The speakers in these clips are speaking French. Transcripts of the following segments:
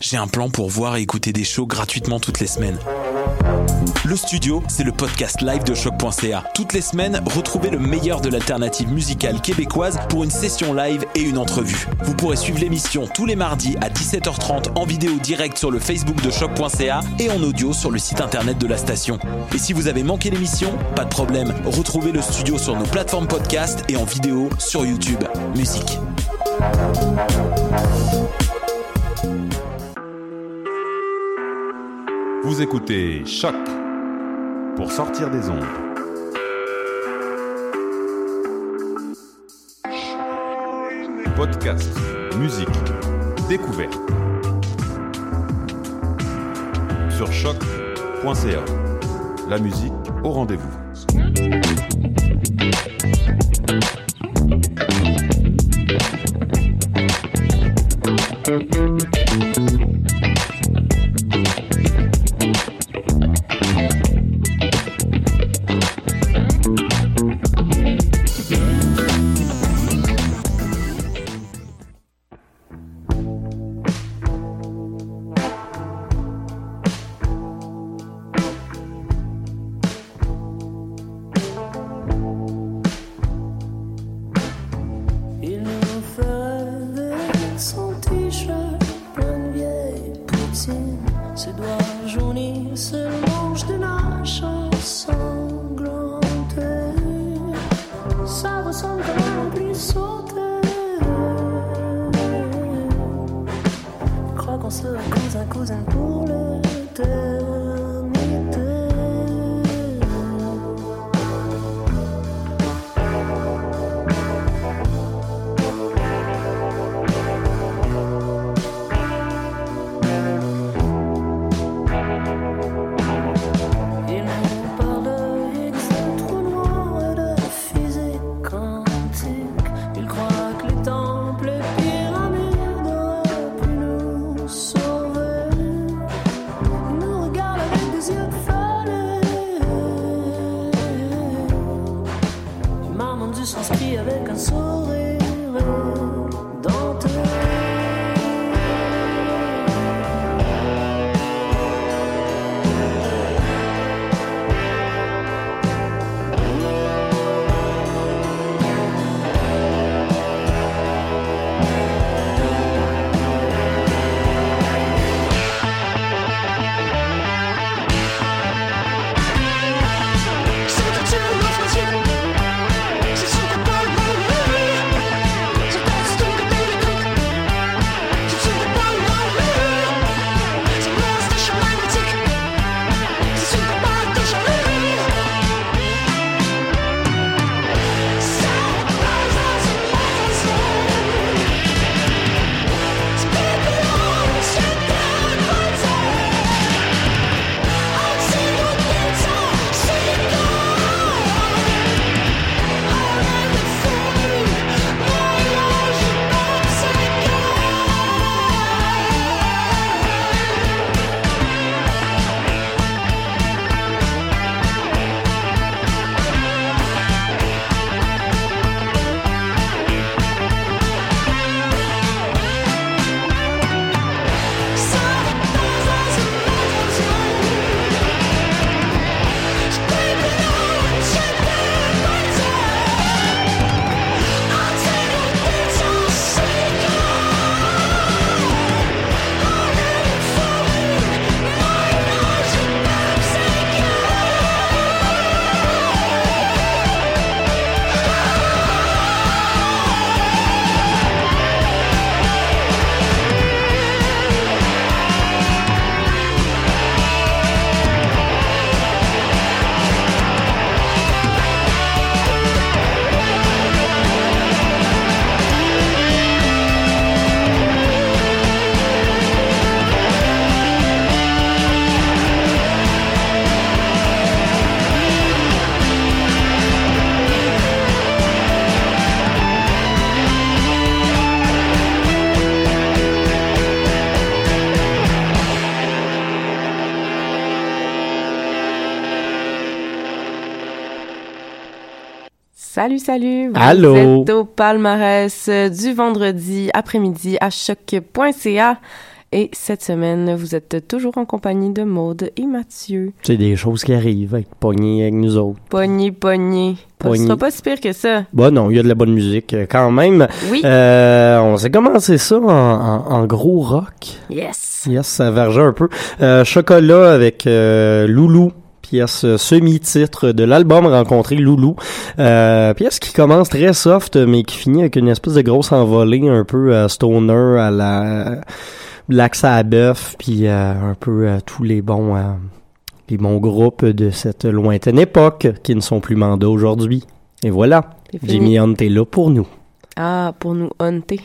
j'ai un plan pour voir et écouter des shows gratuitement toutes les semaines. Le Studio, c'est le podcast live de choc.ca. Toutes les semaines, retrouvez le meilleur de l'alternative musicale québécoise pour une session live et une entrevue. Vous pourrez suivre l'émission tous les mardis à 17h30 en vidéo directe sur le Facebook de choc.ca et en audio sur le site internet de la station. Et si vous avez manqué l'émission, pas de problème, retrouvez le Studio sur nos plateformes podcast et en vidéo sur YouTube. Musique. Vous écoutez Choc pour sortir des ondes. Podcast, musique, découverte. Sur choc.ca. La musique au rendez-vous. Salut, vous Allô. êtes au palmarès du vendredi après-midi à choc.ca Et cette semaine, vous êtes toujours en compagnie de Maude et Mathieu. C'est des choses qui arrivent avec Pogné avec nous autres. Pogné. Ce sera pas si pire que ça. Bah non, il y a de la bonne musique quand même. Oui. On s'est commencé ça en gros rock. Yes, ça vergeait un peu. Chocolat avec Loulou. Pièce semi-titre de l'album Rencontrer Loulou. Pièce qui commence très soft, mais qui finit avec une espèce de grosse envolée un peu stoner à la Black Sabbath, puis un peu tous les bons groupes de cette lointaine époque qui ne sont plus mandats aujourd'hui. Et voilà, Jimmy Hunt est là pour nous. Ah, pour nous hunter.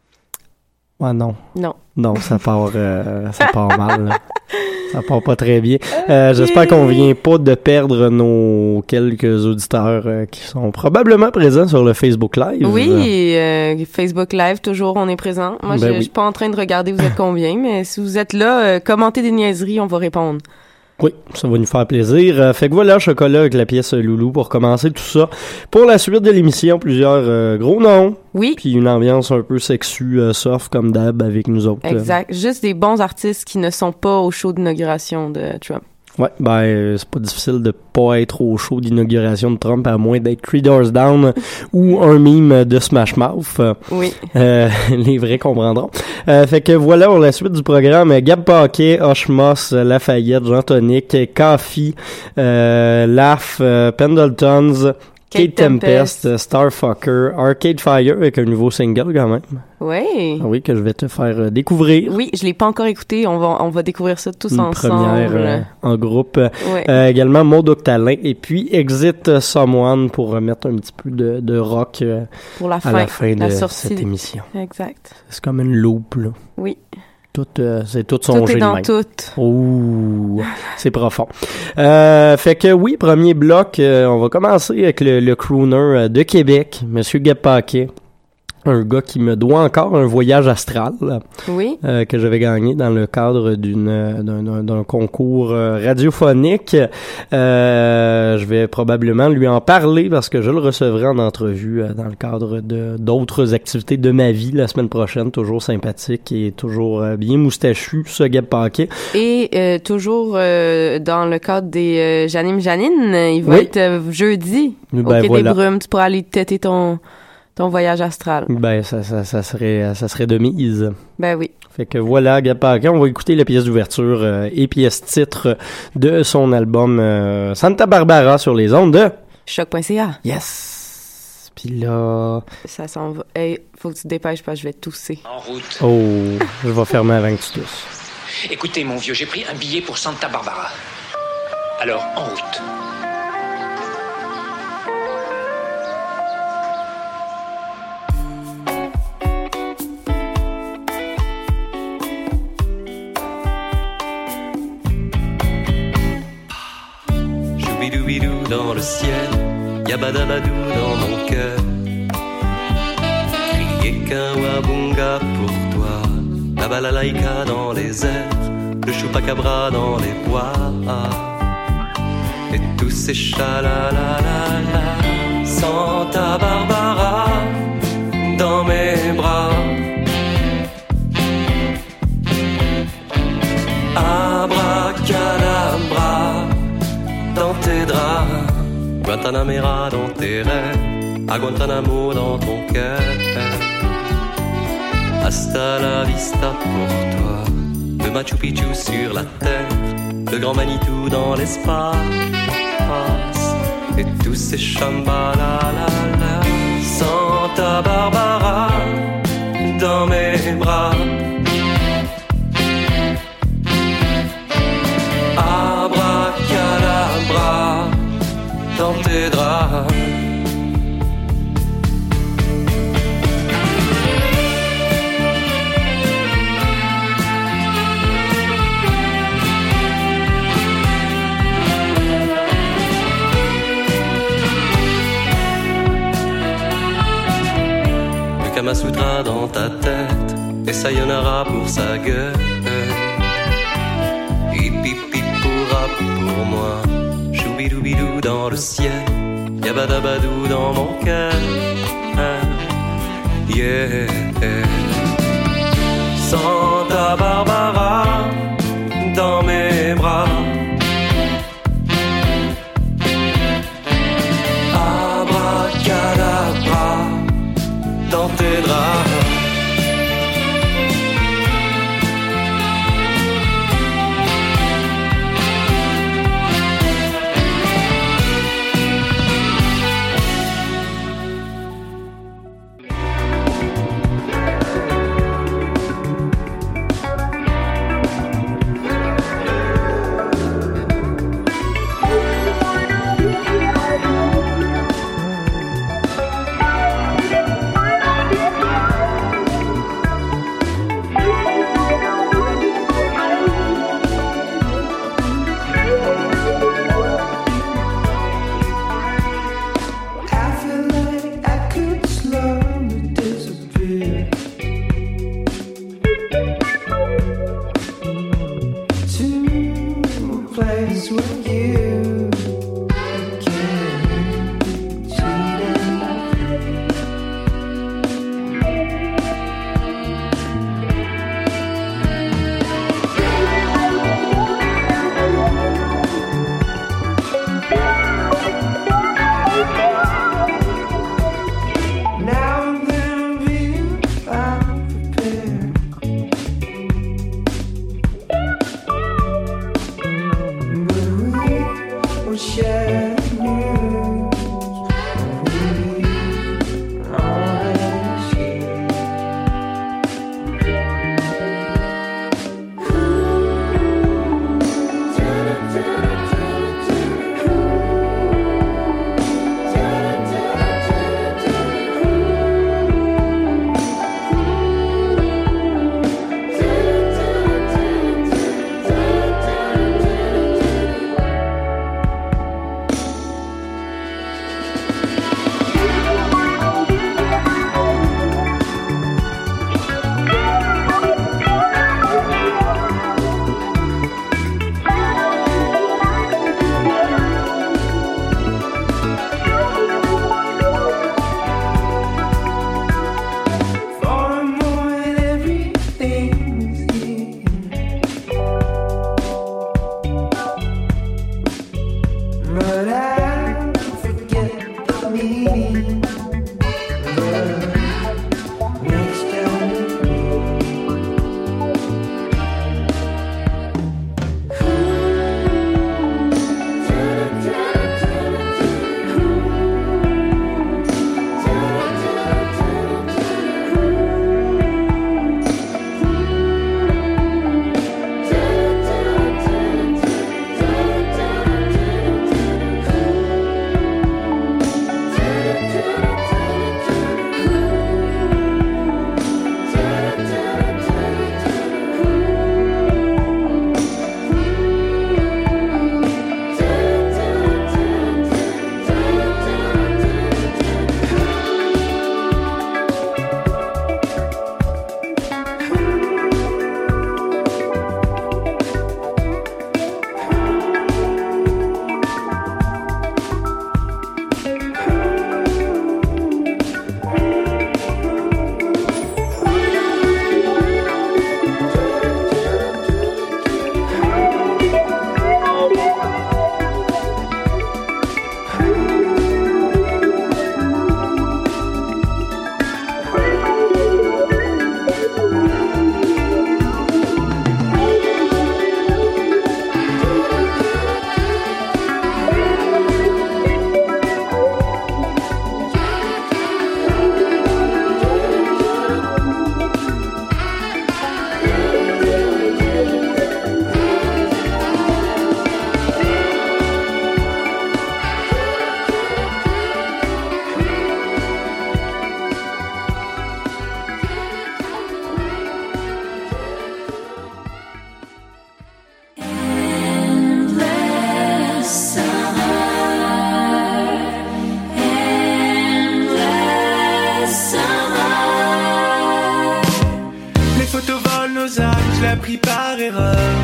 Ah non. Non, ça part mal, là. Ça part pas très bien. J'espère qu'on vient pas de perdre nos quelques auditeurs qui sont probablement présents sur le Facebook Live. Oui, Facebook Live, toujours, on est présent. Moi, je suis pas en train de regarder vous êtes combien, mais si vous êtes là, commentez des niaiseries, on va répondre. Oui, ça va nous faire plaisir. Fait que voilà, Chocolat avec la pièce Loulou pour commencer tout ça. Pour la suite de l'émission, plusieurs gros noms. Oui. Puis une ambiance un peu sexue, soft comme d'hab avec nous autres. Exact. Juste des bons artistes qui ne sont pas au show d'inauguration de Trump. Ouais, c'est pas difficile de pas être au show d'inauguration de Trump à moins d'être 3 Doors Down ou un meme de Smash Mouth. Oui. Les vrais comprendront. Fait que voilà pour la suite du programme. Gab Paquet, Oshmos, Lafayette, Jean Tonic, Coffee, Laugh, Pendletons, Kate Tempest, Starfucker, Arcade Fire avec un nouveau single quand même. Oui. Ah oui, que je vais te faire découvrir. Oui, je l'ai pas encore écouté. On va découvrir ça tous ensemble. Une première en groupe. Ouais. Également Maud Octalin et puis Exit Someone pour remettre un petit peu de rock pour la à la fin de sortie. cette émission. Exact. C'est comme une loupe, là. Oui. C'est tout son jeu de dans même. tout. Ouh, c'est profond. Fait que oui, premier bloc, on va commencer avec le crooner de Québec, Monsieur Gab Paquet. Un gars qui me doit encore un voyage astral. Oui. Que j'avais gagné dans le cadre d'un concours radiophonique. Je vais probablement lui en parler parce que je le recevrai en entrevue dans le cadre d'autres activités de ma vie la semaine prochaine. Toujours sympathique et toujours bien moustachu, ce Gab Paquet. Et toujours dans le cadre des Janine, il va être jeudi au Quai des Brumes. Tu pourras aller têter ton voyage astral. Ça serait de mise. Ben oui. Fait que voilà, Gab Paquet, on va écouter la pièce d'ouverture et pièce titre de son album Santa Barbara sur les ondes de Choc.ca. Yes! Puis là... Ça s'en va. Hey, faut que tu te dépêches parce que je vais tousser. En route. Oh, je vais fermer avant que tu tousses. Écoutez, mon vieux, j'ai pris un billet pour Santa Barbara. Alors, en route. Bidou dans le ciel, yabadabadou dans mon cœur. Crier qu'un wabunga pour toi, la balalaïka dans les airs, le chupacabra dans les bois, et tous ces chalalalala. Santa Barbara dans mes bras, abracadabra dans tes draps, Guantanamera dans tes rêves, à Guantanamo dans ton cœur. Hasta la vista pour toi, le Machu Picchu sur la terre, le grand Manitou dans l'espace, et tous ces chambalalala. Santa Barbara dans mes bras, abracadabra dans tes draps. Le Kama Sutra dans ta tête et sayonara pour sa gueule. Hippipipoura pour moi, choubidoubidou dans le ciel, yabadabadou dans mon cœur. Yeah. Santa Barbara pris par erreur,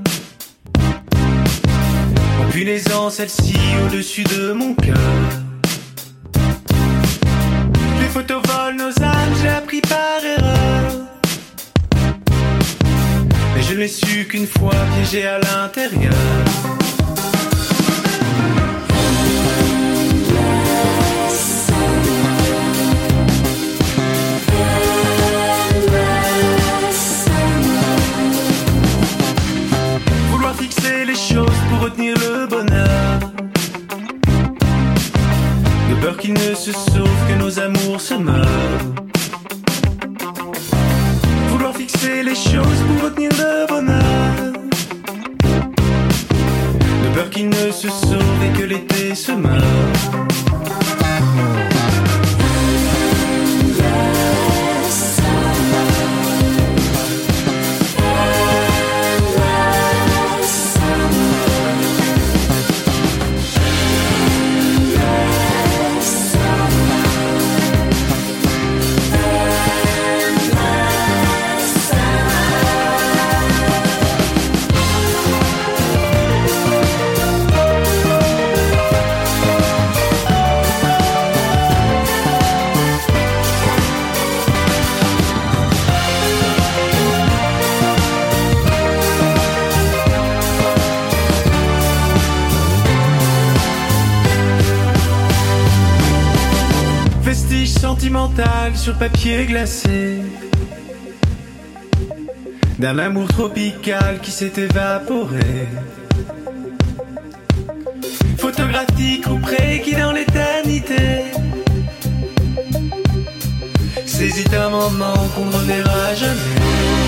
en punaisant celle-ci au-dessus de mon cœur. Les photos volent nos âmes, j'ai appris par erreur, mais je n'ai su qu'une fois piégé à l'intérieur. Fixer les choses pour retenir le bonheur, de peur qu'il ne se sauve, que nos amours se meurent. Vouloir fixer les choses pour retenir le bonheur, de peur qu'il ne se sauve et que l'été se meure. vestige sentimental sur papier glacé d'un amour tropical qui s'est évaporé. Photographie couperée qui dans l'éternité saisit un moment qu'on ne reverra jamais.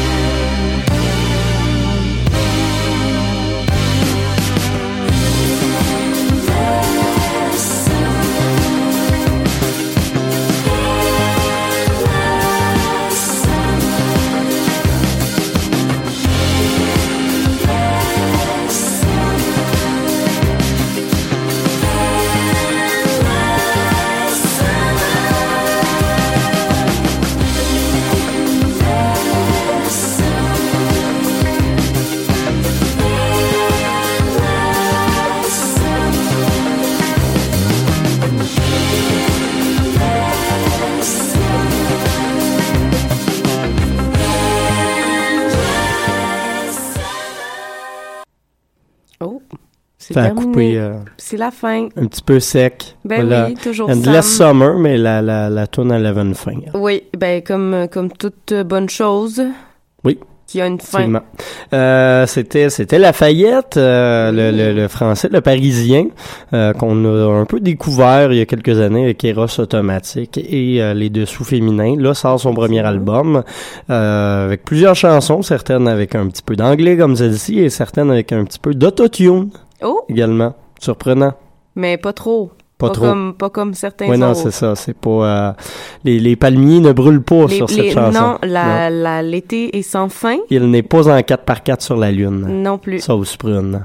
Ça a coupé. C'est la fin. Un petit peu sec. Ben voilà. Oui, toujours ça. Endless Summer, mais la tune elle avait une fin. Oui, ben comme toute bonne chose. Oui. Qui a une fin. C'était Lafayette, le français, le parisien, qu'on a un peu découvert il y a quelques années avec Eros Automatique et les Dessous féminins. Là, sort son premier album, avec plusieurs chansons, certaines avec un petit peu d'anglais comme celle-ci et certaines avec un petit peu d'autotune. Oh! Également. Surprenant. Mais pas trop. Pas trop. Pas comme certains autres. Oui, non, c'est ça. C'est pas... les palmiers ne brûlent pas sur cette chanson. Non, l'été est sans fin. Il n'est pas en 4x4 sur la Lune. Non plus. Sauce prune.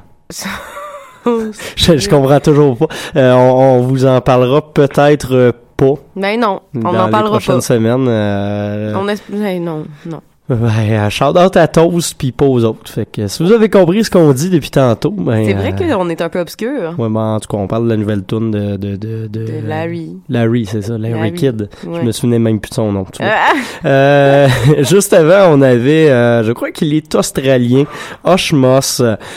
Je comprends toujours pas. On vous en parlera peut-être pas. Ben non, on n'en parlera pas. Dans les prochaines semaines. Non. Ouais, shout-out à Toast pis pas aux autres. Fait que si vous avez compris ce qu'on dit depuis tantôt, ben... C'est vrai qu'on est un peu obscur. Ouais, ben en tout cas, on parle de la nouvelle tune de Larry. Larry, c'est ça, Larry Kidd. Ouais. Je me souvenais même plus de son nom. Juste avant, on avait, je crois qu'il est australien, Hush Moss,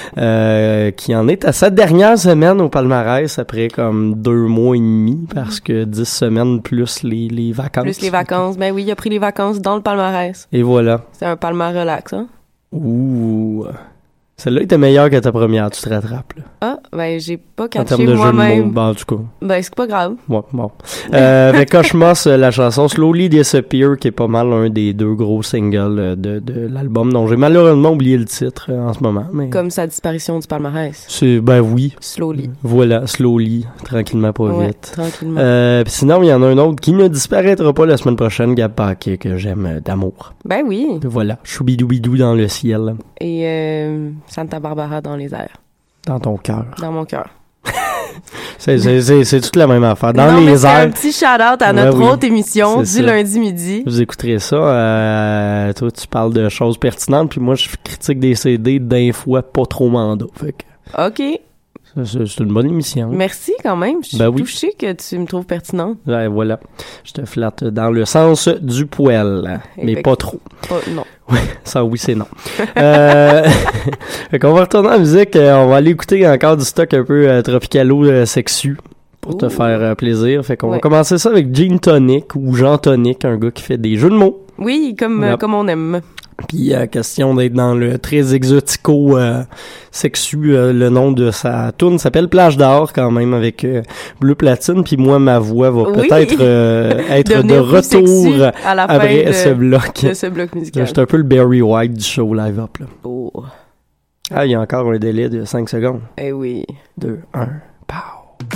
qui en est à sa dernière semaine au palmarès après comme 2 mois et demi, parce que 10 semaines plus les vacances. Plus les vacances, ben oui, il a pris les vacances dans le palmarès. Et voilà. C'est un palmarès relax, hein? Ouh. Celle-là était meilleure que ta première, tu te rattrapes, là. Ah, ben, j'ai pas catché en termes de moi-même. jeu de mots, ben, en tout cas. Ben, c'est pas grave. Ouais, bon. Avec Cosmos, la chanson Slowly Disappear, qui est pas mal un des 2 gros singles de l'album, dont j'ai malheureusement oublié le titre en ce moment. Mais... Comme sa disparition du palmarès. Ben oui. Slowly. Voilà, Slowly, tranquillement, pas vite. Tranquillement. Pis sinon, il y en a un autre qui ne disparaîtra pas la semaine prochaine, Gab Paquet, que j'aime d'amour. Ben oui. Voilà, choubidoubidou dans le ciel. Et Santa Barbara dans les airs. Dans ton cœur. Dans mon cœur. c'est toute la même affaire. Dans les airs. C'est un petit shout-out à notre autre émission du lundi midi. Vous écouterez ça. Toi, tu parles de choses pertinentes, puis moi, je critique des CD d'un fois pas trop mandat. Fait que... OK. C'est une bonne émission. Merci quand même. Je suis touchée que tu me trouves pertinente. Ouais, voilà. Je te flatte dans le sens du poil. Mais pas trop. Non. Ouais, ça oui, c'est non. Fait qu'on va retourner en musique. On va aller écouter encore du stock un peu tropicalo sexu pour te faire plaisir. Fait qu'on va commencer ça avec Gin Tonic ou Jean Tonic, un gars qui fait des jeux de mots. Oui, comme on aime. Puis question d'être dans le très exotico sexu, le nom de sa tune s'appelle Plage d'or quand même avec Bleu Platine, puis moi ma voix va peut-être être de retour à la après ce bloc. De ce bloc musical. J'étais un peu le Barry White du show Live Up là. Oh. Ah, il y a encore un délai de 5 secondes. Eh oui. 2, 1, pow.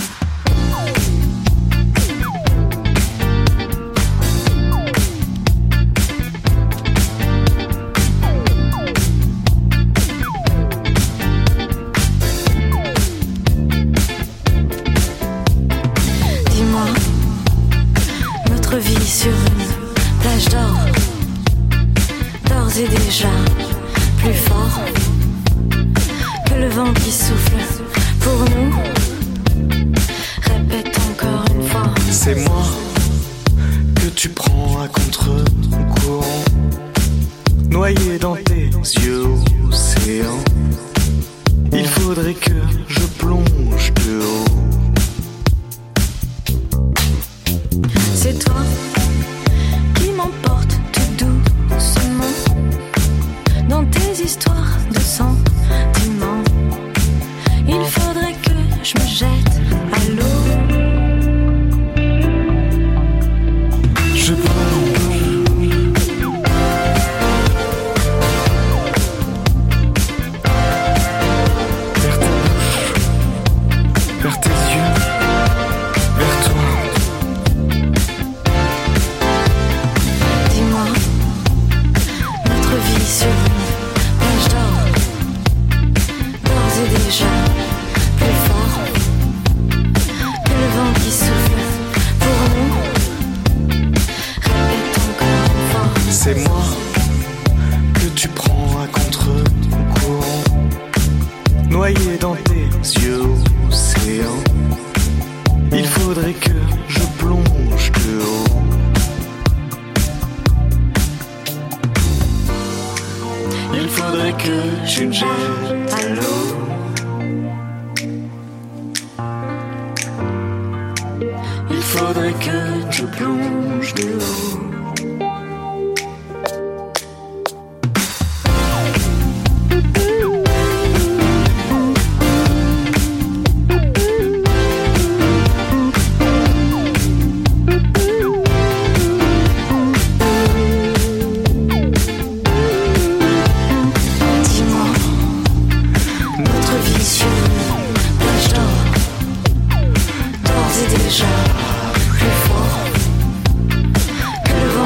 Vie sur une plage d'or, d'ores et déjà plus fort que le vent qui souffle pour nous. Répète encore une fois. C'est moi que tu prends à contre-courant, noyé dans tes yeux océans. Il faudrait que je plonge de haut. C'est C'est toi qui m'emporte tout doucement dans tes histoires de sentiments. Il faudrait que je me jette à l'eau. Je vers tes yeux, vers toi. Dis-moi, notre vie sur une plage d'or, d'ores et déjà plus fort que le vent qui souffle pour nous. Répète encore fort. C'est moi que tu prends à contre-courant, noyé dans tes yeux océans. Il faudrait que je plonge de haut. Il faudrait que je me jette à l'eau. Il faudrait que je plonge de haut. Déjà plus fort que le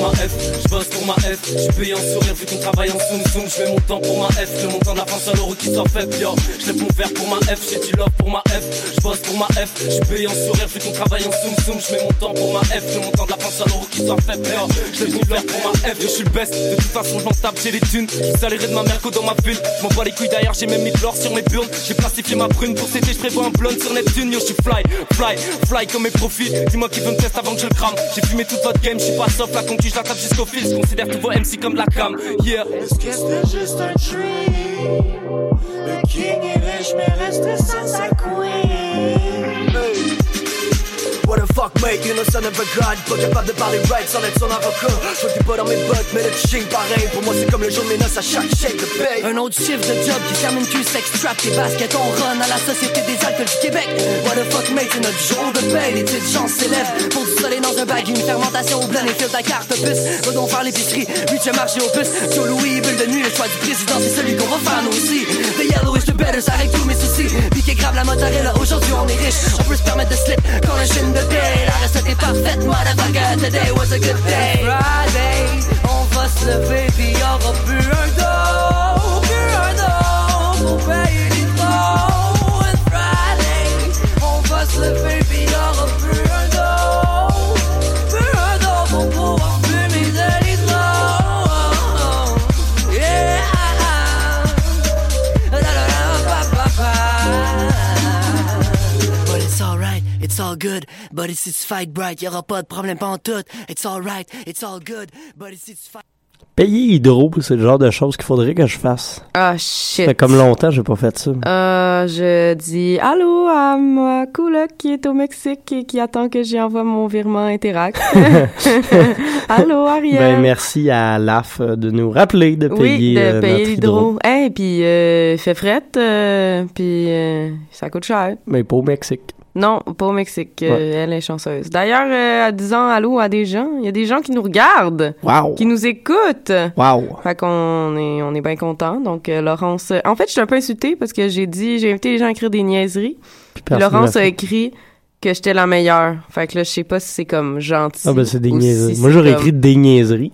ma F, je bosse pour ma F. Je paye en sourire vu qu'on travaille en zoom zoom. Je mets mon temps pour ma F, le montant de la fin seul euro qui s'en fait. Yo, je lève mon verre pour ma F, j'ai du love pour ma F. Je bosse pour ma F, je paye en sourire vu qu'on travaille en zoom zoom. Je mets mon temps pour ma F, le montant de la fin seul euro qui s'en fait. Yo, je lève mon verre pour ma F, yo, je suis le best. De toute façon, j'en tape, j'ai les thunes. Je salirai de ma mère que dans ma ville. Je m'envoie les couilles d'ailleurs, j'ai même mis de l'or sur mes burnes. J'ai plastifié ma prune pour c'était, je prévois un blonde sur Neptune. Yo, je suis fly comme mes profils. Dis-moi qui veut me tester avant que je le crame. J'ai fumé toute votre game, je suis pas soft. La concu, je la tape jusqu'au fil. Je considère tous vos MC comme de la cam. Yeah. Est-ce que c'était juste un dream? Le king est riche, mais reste sans sa queen. What the fuck mate, you know son of a god. Pas capable de parler right sans être son avocat. Je vois pas dans mes bottes, mais le ching pareil. Pour moi c'est comme le jour de mes noces à chaque chèque de paye. Un autre chiffre de job qui termine cul, sex trap. Tes baskets on run à la Société des alcools du Québec. What the fuck mate, c'est notre jour de paye. Les petites gens s'élèvent pour du soleil dans un bag. Une fermentation au blanc et fil ta carte puce. Va donc faire l'épicerie, 8e marché au puce. Joe Louis, bulle de nuit, le choix du président c'est celui qu'on va faire nous aussi. The yellow is the better, ça règle tous mes soucis. Piqué grave la mozzarella, aujourd'hui on est riche. On peut se permettre de slip quand le chine de day. La recette est parfaite, motherfucker, today was a good day. Friday, on va se lever pis y'aura plus un dos pour payer les trous. And Friday, on va se lever pis y'aura plus un dos pour pouvoir fumer de l'hydro. Yeah, la la la pa pa pa. But it's alright, it's all good. But it's fight bright, y'aura pas de problème pantoute. It's alright, it's all good. But it's fight. Payer Hydro, c'est le genre de choses qu'il faudrait que je fasse. Ah, shit. Ça fait comme longtemps que j'ai pas fait ça. Je dis allô à ma coloc qui est au Mexique et qui attend que j'y envoie mon virement Interact. Allô, Ariel. Ben, merci à LAF de nous rappeler de payer, de payer notre l'hydro. Hey, puis fait frette, puis ça coûte cher. Mais pas au Mexique. Non, pas au Mexique. Ouais. Elle est chanceuse. D'ailleurs, disant allô à des gens, il y a des gens qui nous regardent, Wow. qui nous écoutent. Wow. Fait qu'on est bien contents. Donc, Laurence... En fait, je suis un peu insultée parce que j'ai invité les gens à écrire des niaiseries. Puis Laurence a écrit que j'étais la meilleure. Fait que là, je sais pas si c'est comme gentil. Ah ben c'est des niaiseries. Si moi j'aurais comme... écrit des niaiseries.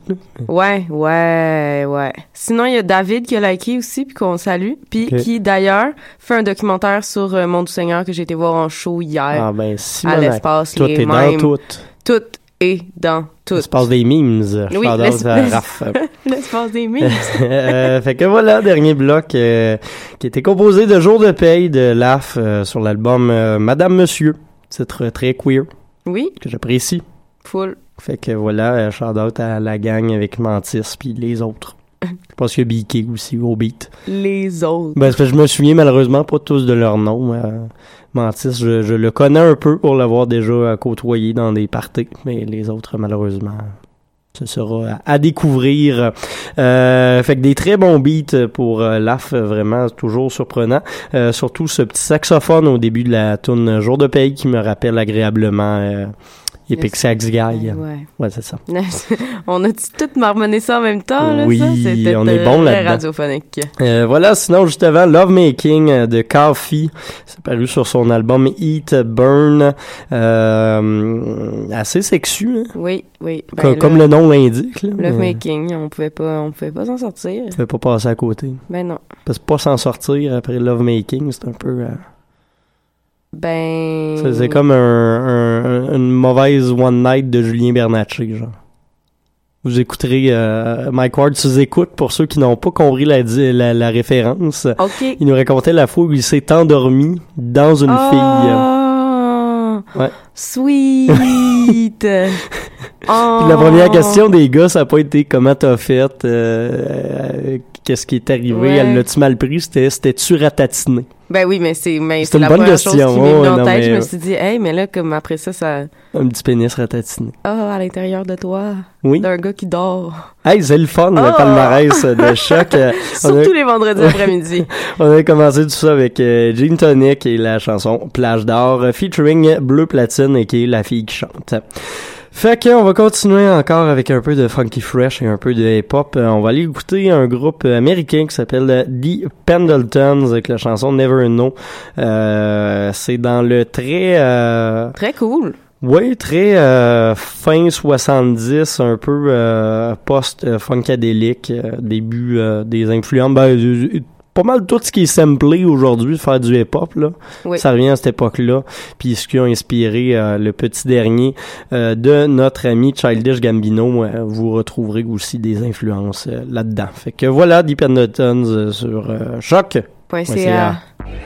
Ouais. Sinon, il y a David qui a liké aussi, puis qu'on salue. Puis qui, d'ailleurs, fait un documentaire sur Mon Doux Seigneur que j'ai été voir en show hier. Ah ben à l'espace. Tout est dans tout. Tout est dans tout. L'espace des memes. Oui, l'espace des memes. Fait que voilà, dernier bloc qui était composé de jours de paye de LAF sur l'album Madame Monsieur. Titre très queer. Oui. Que j'apprécie. Full. Fait que voilà, shout-out à la gang avec Mantis puis les autres. Je pense qu'il y a Biké aussi au beat. Les autres. Ben, c'est parce que je me souviens malheureusement pas tous de leurs noms. Mantis, je le connais un peu pour l'avoir déjà côtoyé dans des parties, mais les autres, malheureusement, ce sera à découvrir. Fait que des très bons beats pour LAF, vraiment toujours surprenant. Surtout ce petit saxophone au début de la tune Jour de paye qui me rappelle agréablement Epic Sax Guy. Ouais, c'est ça. On a tout marmonné ça en même temps, là, oui, ça? C'était on est bon là-dedans. Radiophonique. Voilà, sinon, juste avant, Love Making de Coffee. C'est paru sur son album Eat Burn. Assez sexu, hein? Oui. Comme le nom l'indique, là. Love Making, on pouvait pas s'en sortir. On pouvait pas passer à côté. Ben non. Parce que pas s'en sortir après Love Making, c'est un peu... C'est comme une mauvaise One Night de Julien Bernatchez, genre. Vous écouterez Mike Ward sous-écoute pour ceux qui n'ont pas compris la référence. Okay. Il nous racontait la fois où il s'est endormi dans une fille. Ouais. Sweet! Puis la première question des gars, ça n'a pas été comment t'as fait, qu'est-ce qui est arrivé, elle l'a-tu mal pris, c'était-tu ratatiné? Ben oui, mais c'est une la bonne première question. chose qui m'est venue en tête. Je me suis dit, hey, mais là, comme après ça... Un petit pénis ratatiné. À l'intérieur de toi. Oui. D'un gars qui dort. Hey, c'est le fun, le palmarès de Choc. Surtout les vendredis après-midi. On a commencé tout ça avec Gin Tonic et la chanson Plage d'or, featuring Bleu Platine, qui est la fille qui chante. Fait qu'on va continuer encore avec un peu de funky fresh et un peu de hip-hop. On va aller écouter un groupe américain qui s'appelle The Pendletons avec la chanson Never Know. C'est dans le très... Très cool. Oui, très fin 70, un peu post-funkadélique, début des influences. Pas mal tout ce qui est samplé aujourd'hui, faire du hip-hop, là. Oui. Ça revient à cette époque-là. Puis ce qui a inspiré le petit dernier de notre ami Childish Gambino, vous retrouverez aussi des influences là-dedans. Fait que voilà, Deep and the Tons sur choc.ca.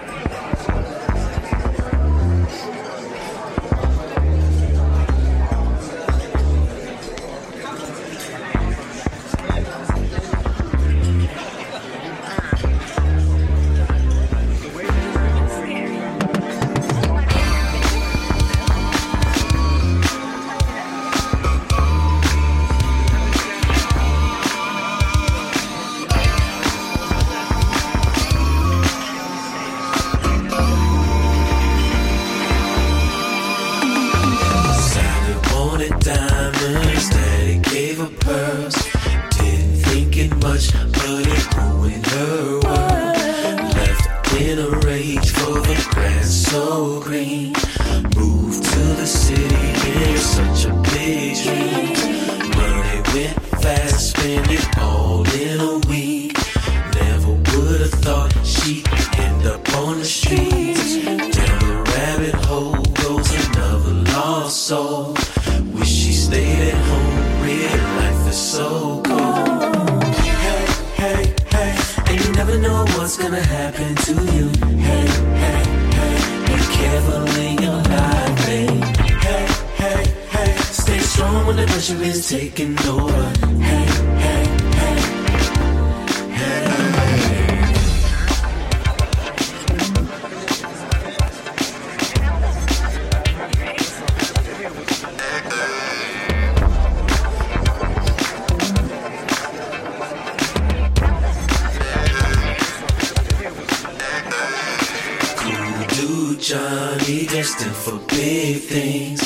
Johnny, destined for big things.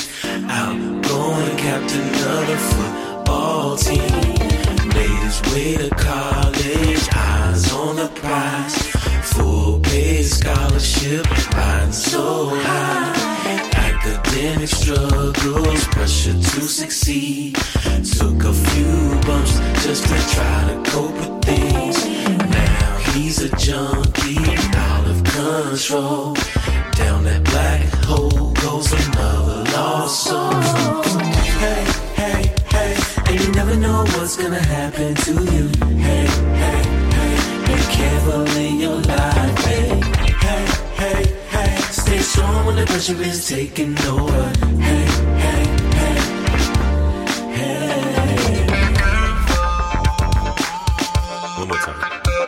Outgoing captain of the football team. Made his way to college, eyes on the prize. Full paid scholarship, riding so high. Academic struggles, pressure to succeed. Took a few bumps just to try to cope with things. Now he's a junkie, out of control. Down that black hole goes another lost soul. Hey, hey, hey, and you never know what's gonna happen to you. Hey, hey, hey, be careful in your life. Hey, hey, hey, hey, stay strong when the pressure is taking over. Hey, hey, hey, hey. One more time.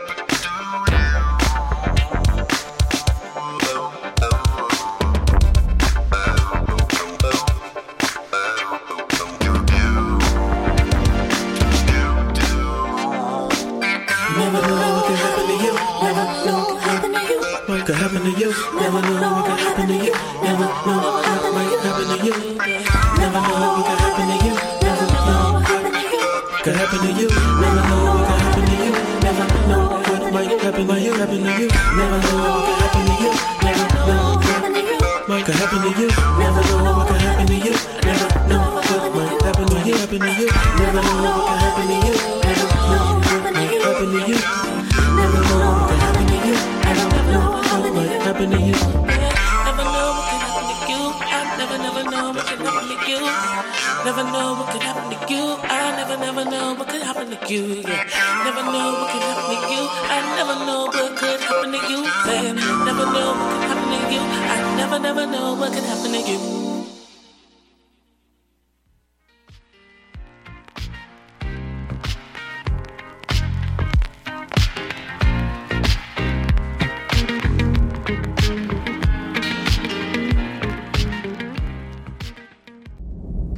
Could happen to you, never know what could happen to you, never know what might happen to you, never know what could happen to you, never know what could happen to you, never know what could happen to you, never know what might happen to you, never know what could happen to you, never know what could happen to you, never know what could happen to you, never know what might happen to you, never know what could happen to you, never know what might happen to you, never know what could happen to you, never know what happen to you. Never know what can happen to you. I never know what can happen to you. Never know what can happen to you. I never know what can happen to you. Yeah. Never know what can happen to you. I never know what could happen to you. Man. Never know what can happen to you. I never know what can happen to you.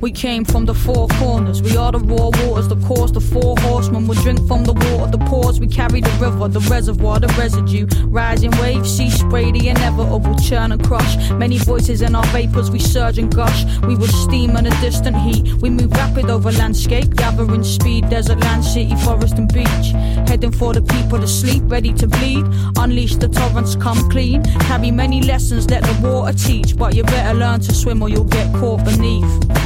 We came from the four corners. We are the raw waters, the course, the four horsemen. We'll drink from the water, the pores. We carry the river, the reservoir, the residue. Rising waves, sea spray, the inevitable churn and crush. Many voices in our vapors, we surge and gush. We will steam in a distant heat. We move rapid over landscape, gathering speed. Desert, land, city, forest and beach. Heading for the people asleep, ready to bleed. Unleash the torrents, come clean. Carry many lessons, let the water teach. But you better learn to swim or you'll get caught beneath.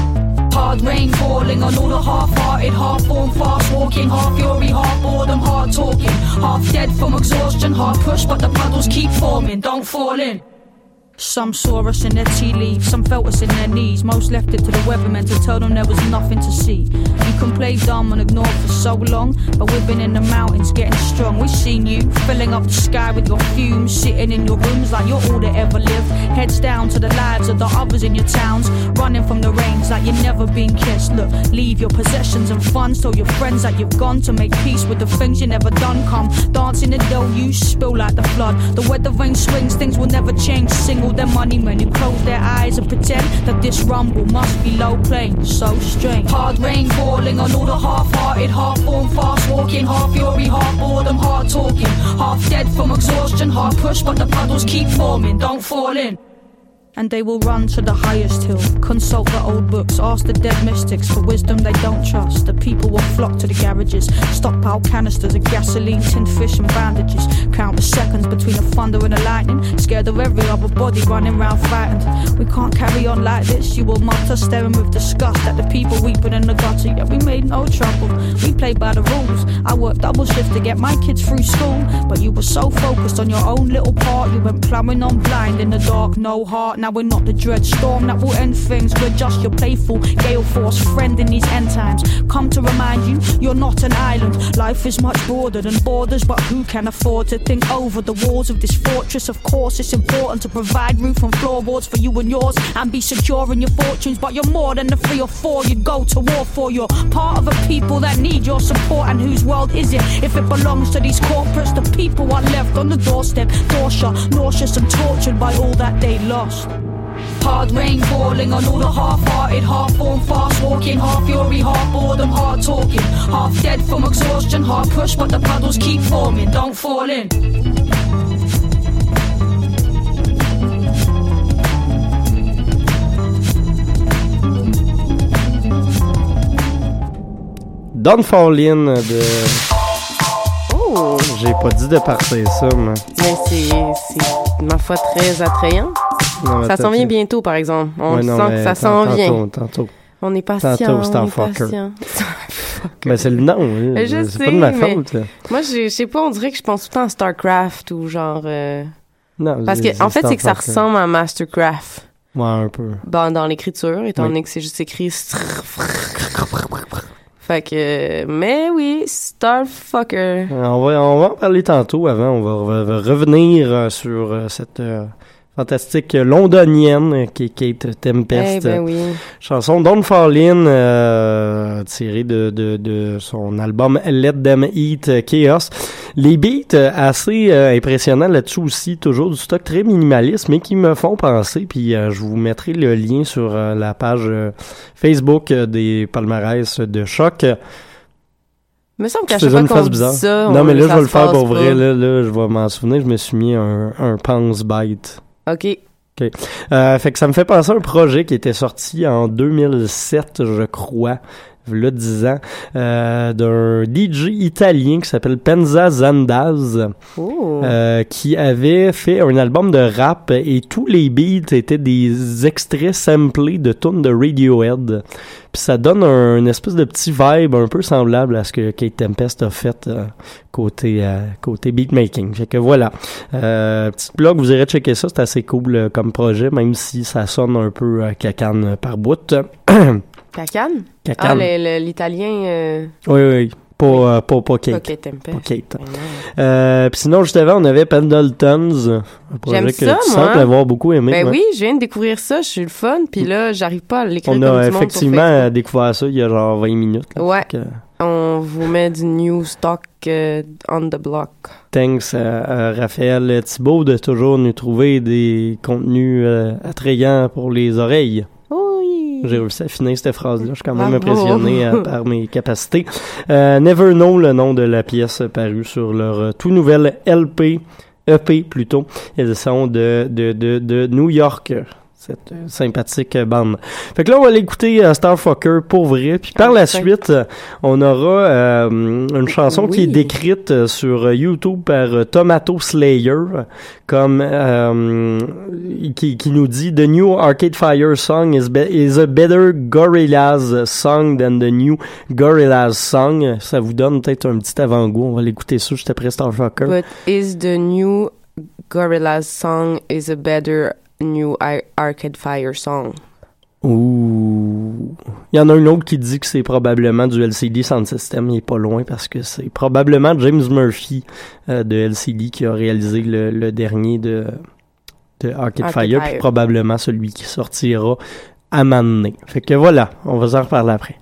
Hard rain falling on all the half-hearted, half-formed, fast-walking, half-fury, half-boredom, hard-talking. Half dead from exhaustion, hard push, but the puddles keep forming, don't fall in. Some saw us in their tea leaves, some felt us in their knees. Most left it to the weathermen to tell them there was nothing to see. You can play dumb and ignore for so long, but we've been in the mountains getting strong. We've seen you filling up the sky with your fumes, sitting in your rooms like you're all that ever lived. Heads down to the lives of the others in your towns, running from the rains like you've never been kissed. Look, leave your possessions and funds, tell your friends that you've gone to make peace with the things you never done. Come dance in the deluge, spill like the flood. The weather vane swings, things will never change. Single their money men who close their eyes and pretend that this rumble must be low playing. So strange. Hard rain falling on all the half-hearted, half-formed, fast-walking, half-fury, half-boredom, hard-talking. Half dead from exhaustion, hard push, but the puddles keep forming, don't fall in. And they will run to the highest hill, consult the old books, ask the dead mystics for wisdom they don't trust. The people will flock to the garages, stockpile canisters of gasoline, tinned fish and bandages. Count the seconds between the thunder and the lightning, scared of every other body running round frightened. We can't carry on like this, you will mutter, staring with disgust at the people weeping in the gutter. Yet we made no trouble, we played by the rules. I worked double shift to get my kids through school, but you were so focused on your own little part. You went plumbing on blind in the dark, no heart. Now we're not the dread storm that will end things. We're just your playful gale force friend in these end times. Come to remind you, you're not an island. Life is much broader than borders, but who can afford to think over the walls of this fortress? Of course it's important to provide roof and floorboards for you and yours, and be secure in your fortunes, but you're more than the 3 or 4 you'd go to war for. You're part of a people that need your support, and whose world is it if it belongs to these corporates? The people are left on the doorstep, door shut, nauseous and tortured by all that they lost. Hard rain falling on all the half-hearted, half-formed, fast-walking, half-fury, half-boredom, hard-talking. Half dead from exhaustion, hard push, but the puddles keep forming, don't fall in. Don't Fall In de... Oh! J'ai pas dit de partir ça, mais... Mais c'est ma foi très attrayant. Non, ça s'en vient bientôt, par exemple. On sent que ça s'en vient. Tantôt. On est patient. Tantôt, Starfucker. Mais c'est le nom. Je c'est sais, pas de ma faute. Moi, je sais pas, on dirait que je pense tout le temps à StarCraft ou genre... Non, parce que en fait, c'est que ça ressemble à Mastercraft. Ouais, un peu. Dans l'écriture, étant donné que c'est juste écrit... Fait que... Mais oui, Starfucker. On va en parler tantôt. Avant, on va revenir sur cette... fantastique londonienne qui est Kate Tempest. Oui. Chanson Don't Fall In, tirée de son album Let Them Eat Chaos. Les beats assez impressionnants là-dessus aussi, toujours du stock très minimaliste, mais qui me font penser, puis je vous mettrai le lien sur la page Facebook des palmarès de Choc. Il me semble qu'à chaque fois qu'on dit ça, non, mais là, je vais le faire pour vrai. Là, je vais m'en souvenir. Je me suis mis un Pants Bite. OK. Fait que ça me fait penser à un projet qui était sorti en 2007, je crois, là 10 ans, d'un DJ italien qui s'appelle Penza Zandaz, qui avait fait un album de rap et tous les beats étaient des extraits samplés de tunes de Radiohead. Puis ça donne une espèce de petit vibe un peu semblable à ce que Kate Tempest a fait côté beatmaking. Fait que voilà. Petite blog, vous irez checker ça, c'est assez cool comme projet, même si ça sonne un peu cacane par bout. Cacane? Cacane. Ah, l'italien... Oui. Pas Kate. Pas Kate. Puis sinon, juste avant, on avait Pendletons, un projet J'aime que ça, tu sembles avoir beaucoup aimé. Ben oui, je viens de découvrir ça, je suis le fun, puis là, j'arrive pas à l'écrire comme du monde. On a effectivement découvert ça il y a genre 20 minutes. Là, ouais. On vous met du new stock on the block. Thanks à Raphaël Thibault de toujours nous trouver des contenus attrayants pour les oreilles. Oui. J'ai réussi à finir cette phrase-là. Je suis quand même impressionné par mes capacités. Never Know, le nom de la pièce parue sur leur tout nouvel EP plutôt. Ils sont de New York. Cette sympathique bande. Fait que là, on va l'écouter Starfucker pour vrai. Puis par la suite, on aura une chanson qui est décrite sur YouTube par Tomato Slayer comme qui nous dit The new Arcade Fire song is a better Gorillaz song than the new Gorillaz song. Ça vous donne peut-être un petit avant-goût. On va l'écouter ça juste après Starfucker. But is the new Gorillaz song is a better New Arcade Fire song? Ouh. Il y en a un autre qui dit que c'est probablement du LCD Sound System. Il est pas loin parce que c'est probablement James Murphy de LCD qui a réalisé le dernier de Arcade Fire, puis probablement celui qui sortira à m'amener. Fait que voilà, on va en reparler après.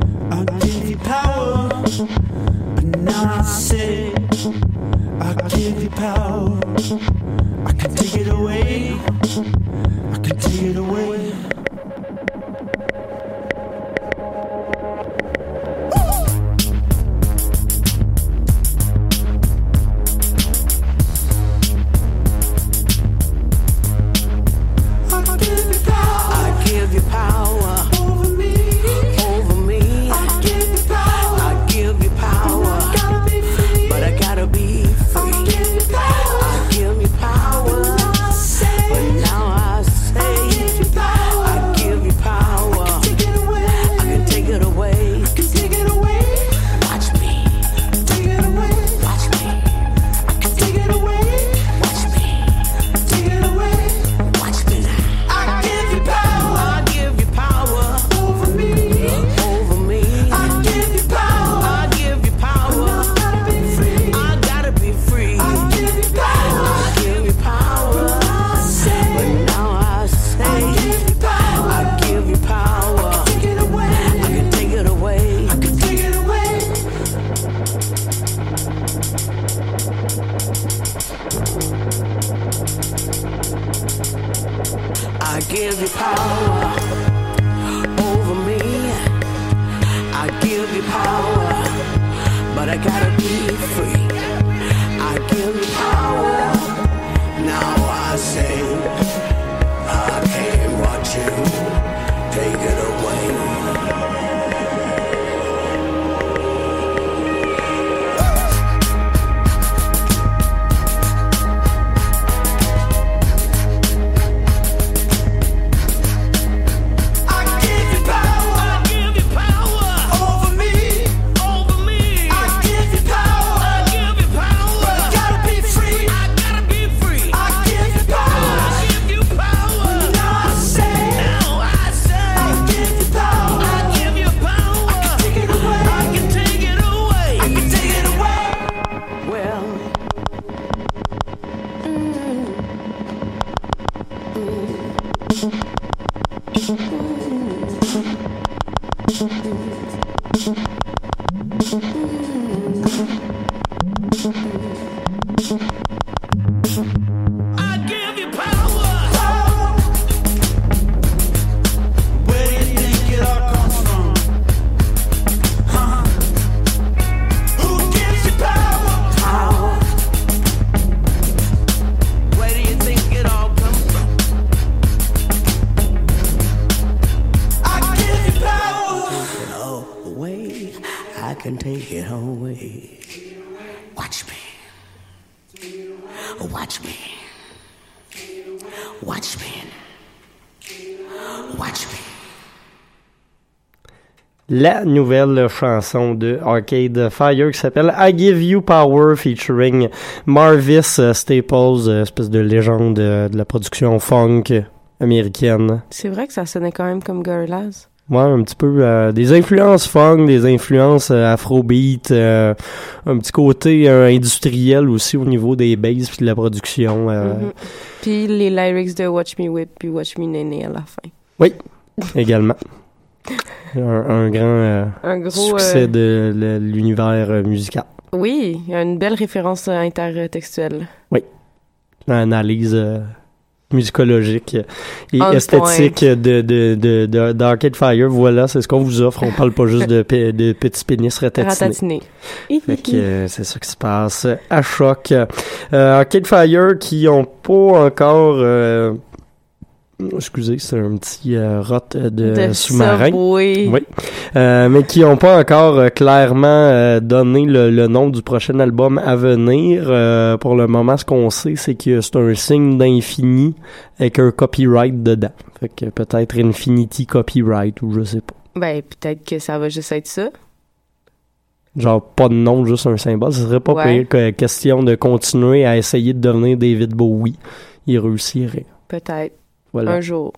I give give you power. I can take it away. I can take it away. La nouvelle chanson de Arcade Fire qui s'appelle I Give You Power featuring Marvis Staples, espèce de légende de la production funk américaine. C'est vrai que ça sonnait quand même comme Gorillaz. Ouais, un petit peu des influences funk, des influences afrobeat, un petit côté industriel aussi au niveau des basses puis de la production. Puis les lyrics de Watch Me Whip puis Watch Me Néné à la fin. Oui, également. Un gros succès de l'univers musical. Oui, il y a une belle référence intertextuelle. Oui, l'analyse musicologique et esthétique d'Arcade Fire. Voilà, c'est ce qu'on vous offre. On parle pas juste de petits pénis ratatinés. Fait que c'est ça qui se passe à Choc. Arcade Fire qui ont pas encore... excusez, c'est un petit rot de sous-marin. Oui. Mais qui n'ont pas encore clairement donné le nom du prochain album à venir. Pour le moment, ce qu'on sait, c'est que c'est un signe d'infini avec un copyright dedans. Fait que peut-être Infinity Copyright ou je sais pas. Ben, peut-être que ça va juste être ça. Genre, pas de nom, juste un symbole. Ce serait pas question de continuer à essayer de devenir David Bowie. Il réussirait. Peut-être. Voilà. Un jour.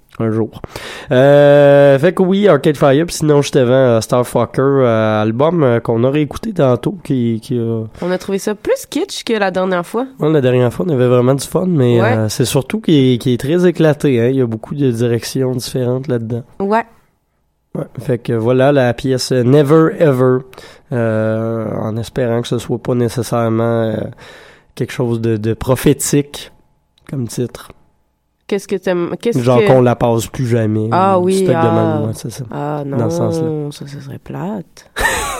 Fait que oui, Arcade Fire, pis sinon juste avant Starfucker, album qu'on aurait écouté tantôt qui On a trouvé ça plus kitsch que la dernière fois. Ouais, la dernière fois, on avait vraiment du fun, mais c'est surtout qui est très éclaté, hein. Il y a beaucoup de directions différentes là-dedans. Ouais. Fait que voilà la pièce Never Ever, en espérant que ce soit pas nécessairement quelque chose de prophétique comme titre. Qu'est-ce que t'aimes? Genre qu'on la passe plus jamais. Ah oui, de même, ouais, c'est ça. Ah non, dans ce sens-là. ça serait plate.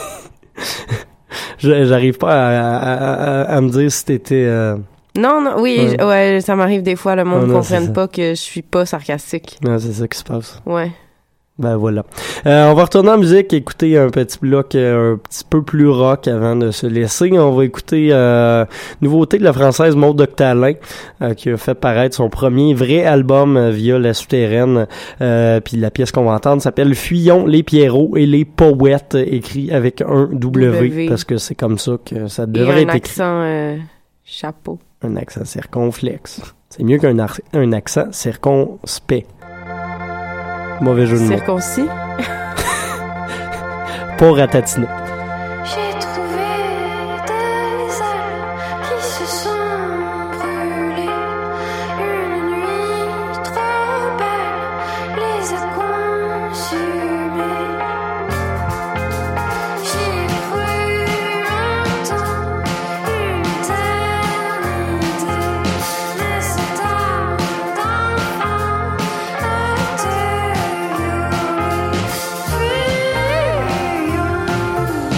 J'arrive pas à me dire si t'étais... Non, oui, ouais, ça m'arrive des fois, le monde ne comprenne pas que je suis pas sarcastique. Non, c'est ça qui se passe. Ouais. Ben voilà. On va retourner en musique, écouter un petit bloc un petit peu plus rock avant de se laisser. On va écouter nouveauté de la française Maud Octalin qui a fait paraître son premier vrai album via La Souterraine. Puis la pièce qu'on va entendre s'appelle Fuyons les Pierrots et les Poètes, écrit avec un W. Parce que c'est comme ça que ça devrait être écrit. Et un accent chapeau. Un accent circonflexe. C'est mieux qu'un accent circonspect. Mauvais jeu de mots. Circoncis? Pas ratatiner. J'ai trouvé des ailes qui se sont brûlées. Une nuit trop belle les a consumées. J'ai cru entendre une éternité, mais cette âme d'enfant a te violer. Fuyons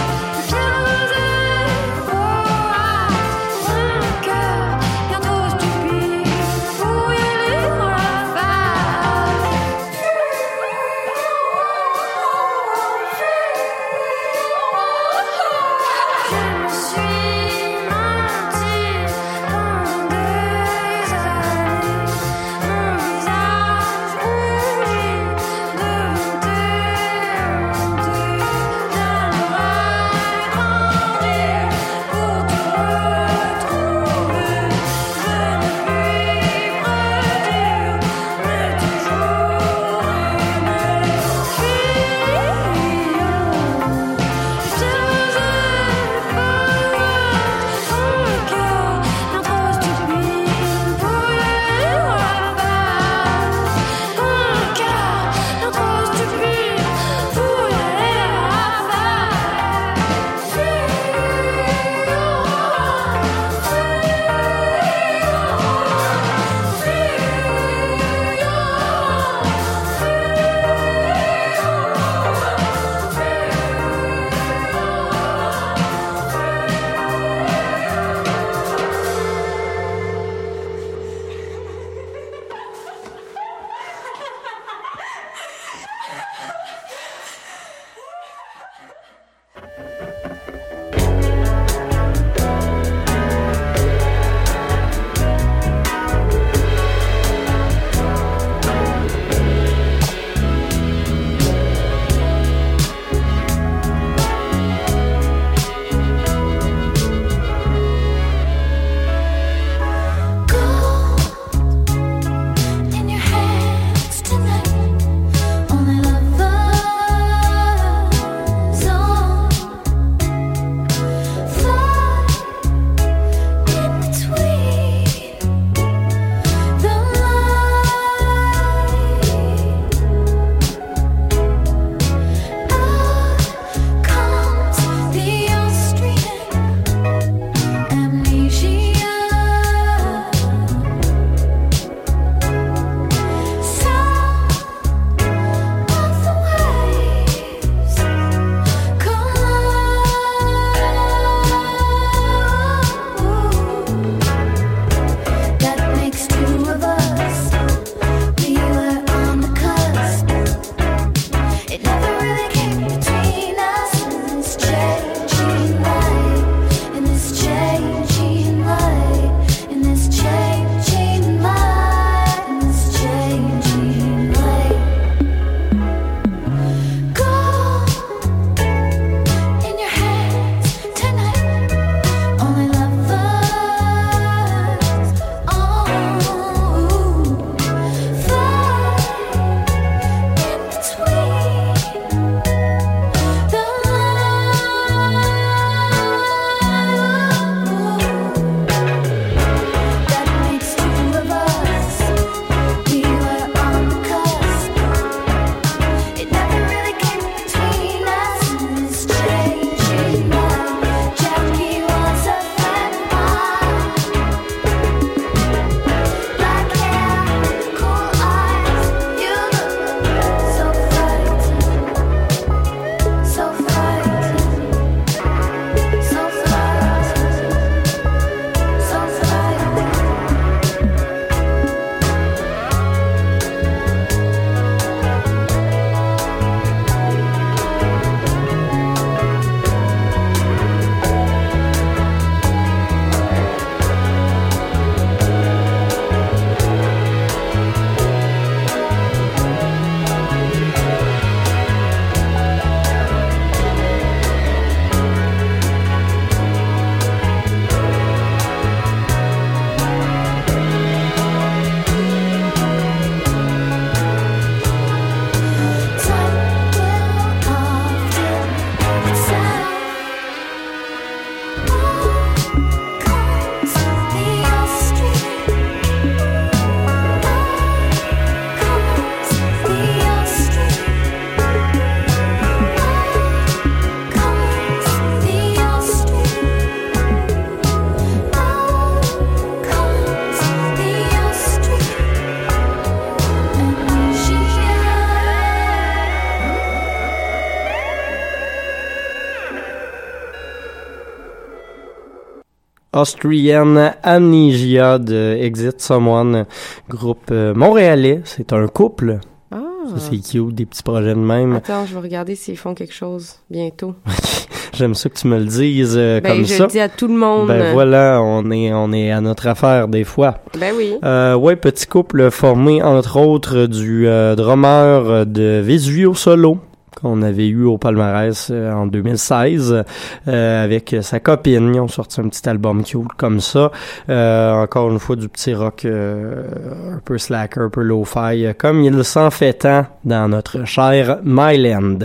Austrian Amnesia de Exit Someone, groupe montréalais. C'est un couple. Ah. Ça, c'est cute, des petits projets de même. Attends, je vais regarder s'ils font quelque chose bientôt. J'aime ça que tu me le dises comme ça. Je le dis à tout le monde. Ben voilà, on est à notre affaire des fois. Ben oui. Ouais, petit couple formé entre autres du drummer de Vesuvio Solo, qu'on avait eu au palmarès en 2016 avec sa copine. Ils ont sorti un petit album cute comme ça. Encore une fois, du petit rock un peu slacker, un peu lo-fi, comme il s'en fait tant dans notre cher Myland.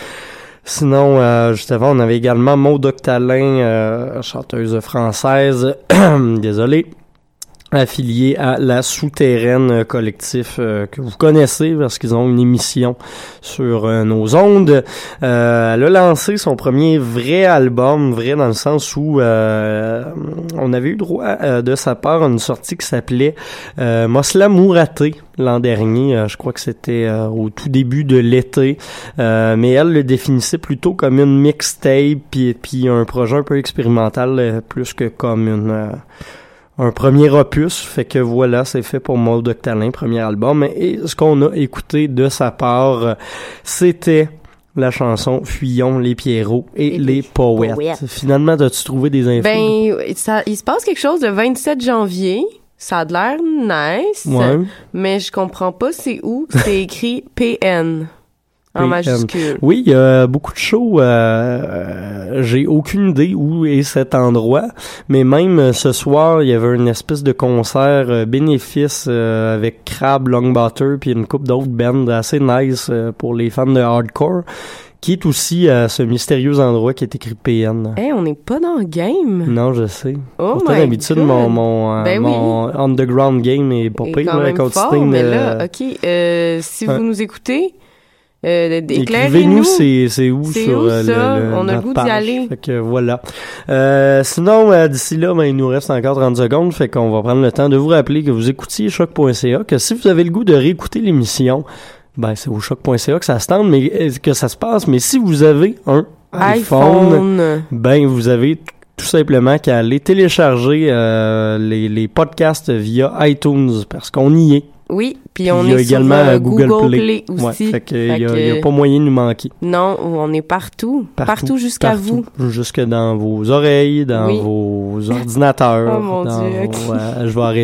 Sinon, juste avant, on avait également Maud Octalin, chanteuse française, désolé, affiliée à La Souterraine collectif que vous connaissez parce qu'ils ont une émission sur nos ondes. Elle a lancé son premier vrai album, vrai dans le sens où on avait eu droit de sa part à une sortie qui s'appelait Mosla Mouraté l'an dernier. Je crois que c'était au tout début de l'été. Mais elle le définissait plutôt comme une mixtape puis un projet un peu expérimental plus que comme un premier opus, fait que voilà, c'est fait pour Maud Octalin, premier album. Et ce qu'on a écouté de sa part, c'était la chanson Fuyons les Pierrots et les Poètes. Finalement, as-tu trouvé des infos? Ben, il se passe quelque chose le 27 janvier. Ça a l'air nice, mais je comprends pas c'est où. C'est écrit PN. En majuscule. Oui, il y a beaucoup de shows. J'ai aucune idée où est cet endroit, mais même ce soir, il y avait une espèce de concert bénéfice avec Crab, Longbutter, puis une couple d'autres bands assez nice pour les fans de hardcore, qui est aussi à ce mystérieux endroit qui est écrit PN. Hey, on n'est pas dans le game. Non, je sais. Oh pourtant, d'habitude, mon underground game est pas pire. Quand même fort, mais là, OK, si vous nous écoutez... écrivez-nous c'est où sur on a le goût d'y aller. Fait que voilà. Sinon d'ici là, il nous reste encore 30 secondes, fait qu'on va prendre le temps de vous rappeler que vous écoutiez choc.ca, que si vous avez le goût de réécouter l'émission, c'est au choc.ca que ça se tente, mais que ça se passe. Mais si vous avez un iPhone. Vous avez tout simplement qu'à aller télécharger les podcasts via iTunes parce qu'on y est. Oui, puis on est également sur Google Play aussi. Ouais, fait qu'il y a pas moyen de nous manquer. Non, on est partout jusqu'à vous. Jusque dans vos oreilles, dans vos ordinateurs. Oh mon Dieu, okay. Je vais arrêter.